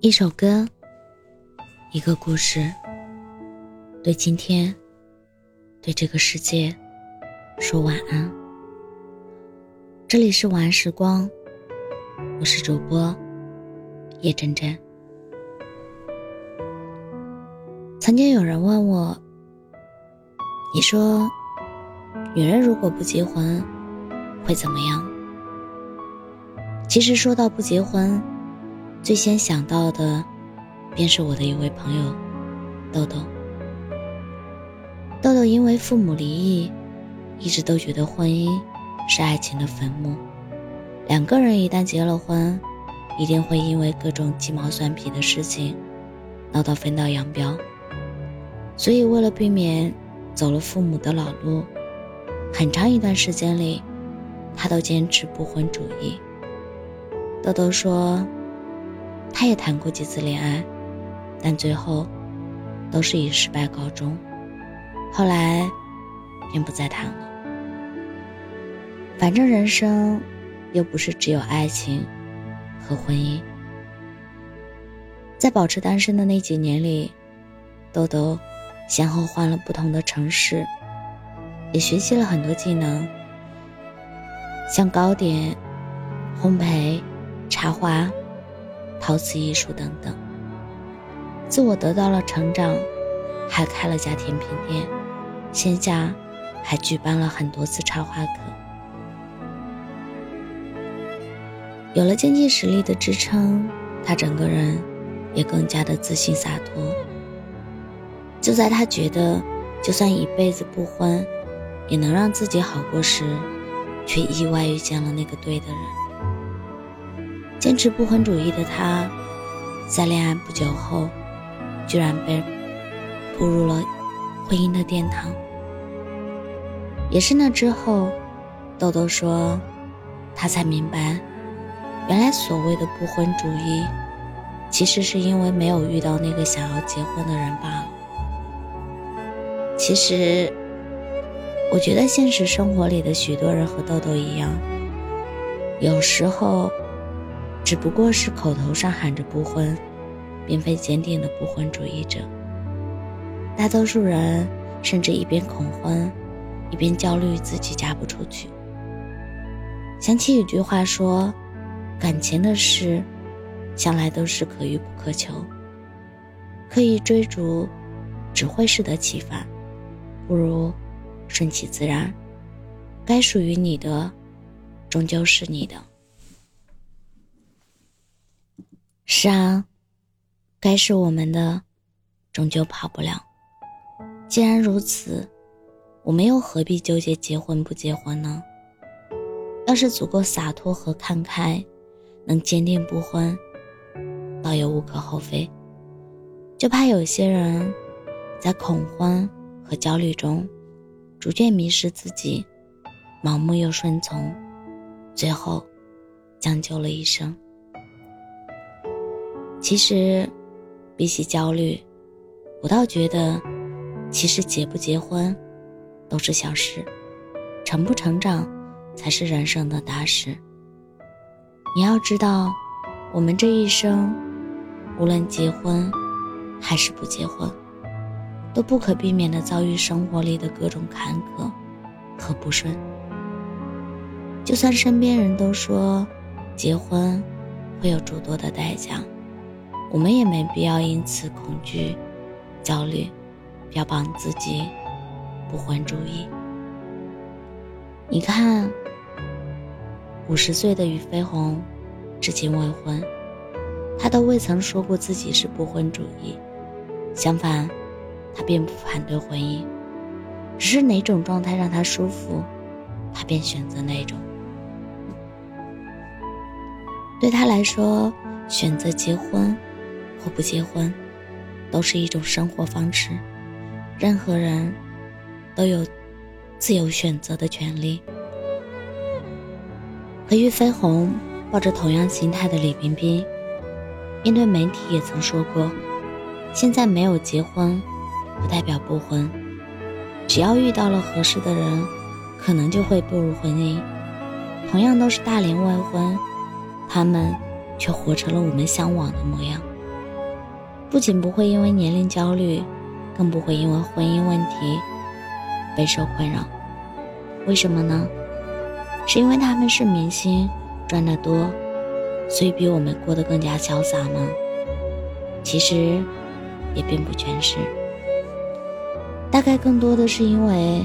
一首歌，一个故事，对今天，对这个世界说晚安。这里是晚安时光，我是主播叶真真。曾经有人问我，你说女人如果不结婚会怎么样？其实说到不结婚，最先想到的便是我的一位朋友豆豆。豆豆因为父母离异，一直都觉得婚姻是爱情的坟墓，两个人一旦结了婚，一定会因为各种鸡毛蒜皮的事情闹到分道扬镳。所以为了避免走了父母的老路，很长一段时间里他都坚持不婚主义。豆豆说他也谈过几次恋爱，但最后都是以失败告终，后来便不再谈了。反正人生又不是只有爱情和婚姻。在保持单身的那几年里，豆豆先后换了不同的城市，也学习了很多技能，像糕点、烘焙、插花、陶瓷艺术等等，自我得到了成长，还开了家甜品店，线下还举办了很多次插花课。有了经济实力的支撑，他整个人也更加的自信洒脱。就在他觉得就算一辈子不婚也能让自己好过时，却意外遇见了那个对的人。坚持不婚主义的他，在恋爱不久后居然被步入了婚姻的殿堂。也是那之后，豆豆说他才明白，原来所谓的不婚主义其实是因为没有遇到那个想要结婚的人罢了。其实我觉得现实生活里的许多人和豆豆一样，有时候只不过是口头上喊着不婚，并非坚定的不婚主义者。大多数人甚至一边恐婚，一边焦虑自己嫁不出去。想起一句话说，感情的事向来都是可遇不可求，刻意追逐只会适得其反，不如顺其自然，该属于你的终究是你的。是啊，该是我们的终究跑不了。既然如此，我们又何必纠结结婚不结婚呢？要是足够洒脱和看开，能坚定不婚，倒也无可厚非。就怕有些人在恐婚和焦虑中逐渐迷失自己，盲目又顺从，最后将就了一生。其实比起焦虑，我倒觉得其实结不结婚都是小事，成不成长才是人生的大事。你要知道，我们这一生无论结婚还是不结婚，都不可避免地遭遇生活里的各种坎坷和不顺。就算身边人都说结婚会有诸多的代价，我们也没必要因此恐惧焦虑，标榜自己不婚主义。你看50岁的俞飞鸿至今未婚，他都未曾说过自己是不婚主义，相反他并不反对婚姻，只是哪种状态让他舒服，他便选择哪种。对他来说，选择结婚或不结婚都是一种生活方式，任何人都有自由选择的权利。和俞飞鸿抱着同样心态的李冰冰，面对媒体也曾说过，现在没有结婚不代表不婚，只要遇到了合适的人，可能就会步入婚姻。同样都是大龄未婚，他们却活成了我们向往的模样。 不仅不会因为年龄焦虑，更不会因为婚姻问题备受困扰。为什么呢？是因为他们是明星，赚得多，所以比我们过得更加潇洒吗？其实也并不全是，大概更多的是因为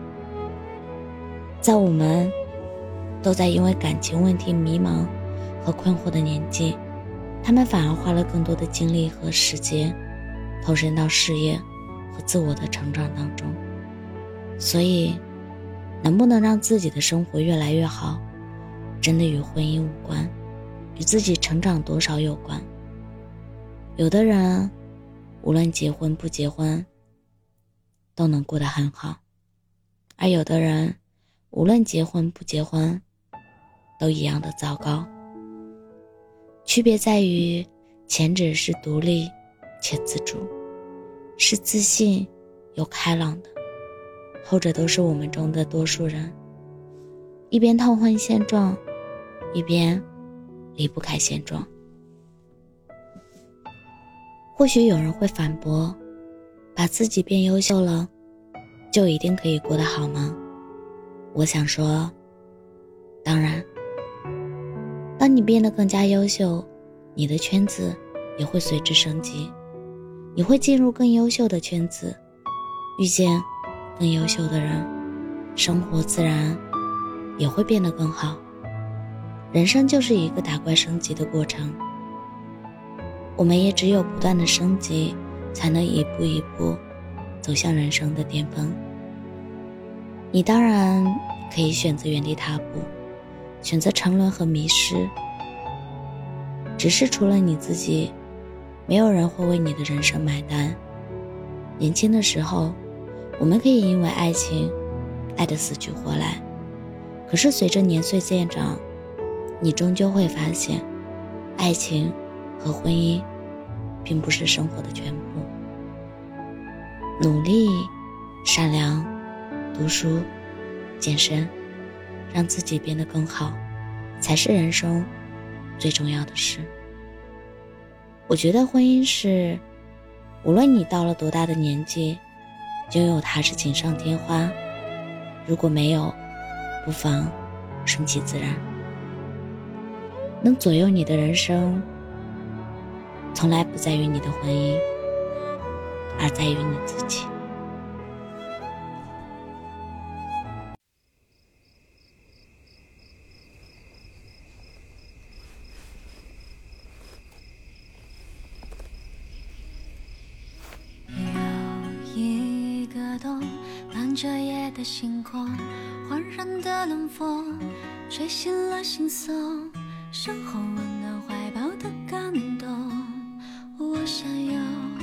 在我们都在因为感情问题迷茫和困惑的年纪，他们反而花了更多的精力和时间投身到事业和自我的成长当中。所以能不能让自己的生活越来越好，真的与婚姻无关，与自己成长多少有关。有的人无论结婚不结婚都能过得很好，而有的人无论结婚不结婚都一样的糟糕。区别在于前者是独立且自主，是自信又开朗的，后者都是我们中的多数人，一边痛恨现状，一边离不开现状。或许有人会反驳，把自己变优秀了，就一定可以过得好吗？我想说，当然，当你变得更加优秀，你的圈子也会随之升级，你会进入更优秀的圈子，遇见更优秀的人，生活自然也会变得更好。人生就是一个打怪升级的过程，我们也只有不断的升级，才能一步一步走向人生的巅峰。你当然可以选择原地踏步，选择沉沦和迷失，只是除了你自己，没有人会为你的人生买单。年轻的时候，我们可以因为爱情爱得死去活来，可是随着年岁渐长，你终究会发现，爱情和婚姻并不是生活的全部。努力、善良、读书、健身，让自己变得更好，才是人生最重要的事。我觉得婚姻是，无论你到了多大的年纪，拥有它是锦上添花，如果没有，不妨顺其自然。能左右你的人生，从来不在于你的婚姻，而在于你自己。 有一个洞，伴着夜的星空，环绕的冷风吹醒了心松，身后温暖怀抱的感动。我想有，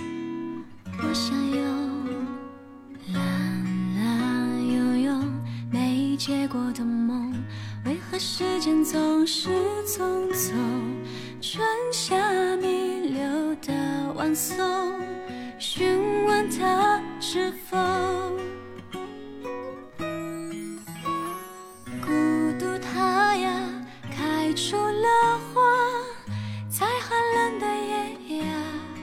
蓝蓝悠悠没结果的梦，为何时间总是匆匆？春夏弥留的晚松，询问它是否孤独，它呀开出了花，在寒冷的夜呀，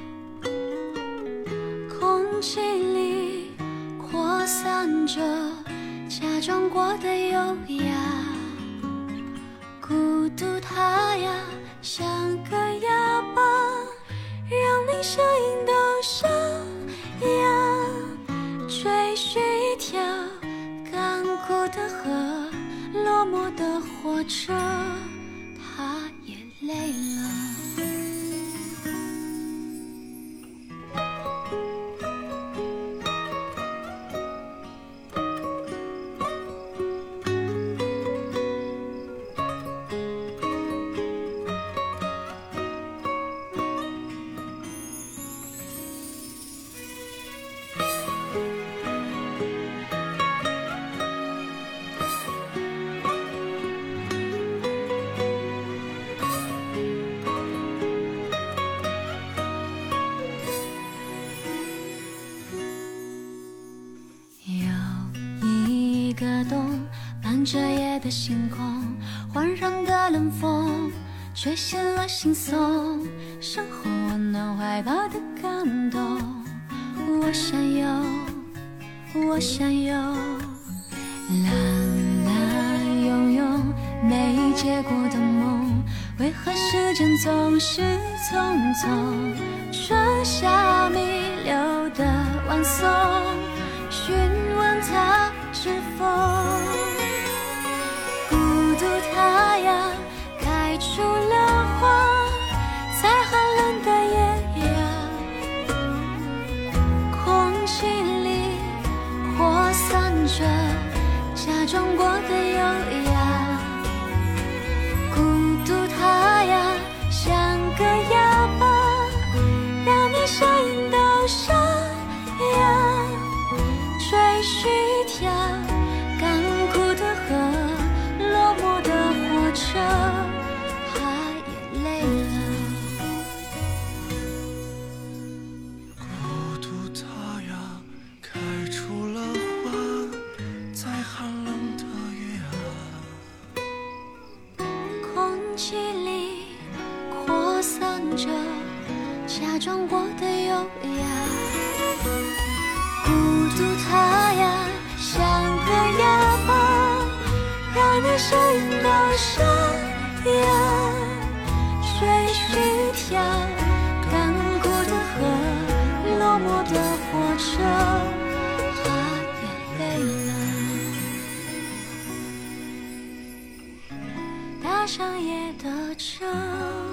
空气里扩散着假装过的优雅。孤独它呀像个哑巴，让你声音都沙哑，追寻一条干枯的河，落寞的火车，它也累了。一个洞，伴着夜的星空，环绕的冷风却显了惺忪，身后温暖怀抱的感动。我想有，我想有，啦啦悠悠，没结果的梦，为何时间总是匆匆？春夏弥留的晚松，询问它是否孤独它呀开出了花，在寒冷的夜呀，空气里扩散着假装过的优雅。孤独它呀像个哑巴，让你声音都沙哑，吹嘘条干枯的河，落寞的火车，它也累了。 孤独它呀开出了花，在寒冷的夜啊， 空气里扩散着假装过的优雅。孤独它呀像个哑巴，让你声音都沙哑，吹嘘条干枯的河，落寞的火车，它也累了。搭上夜的车。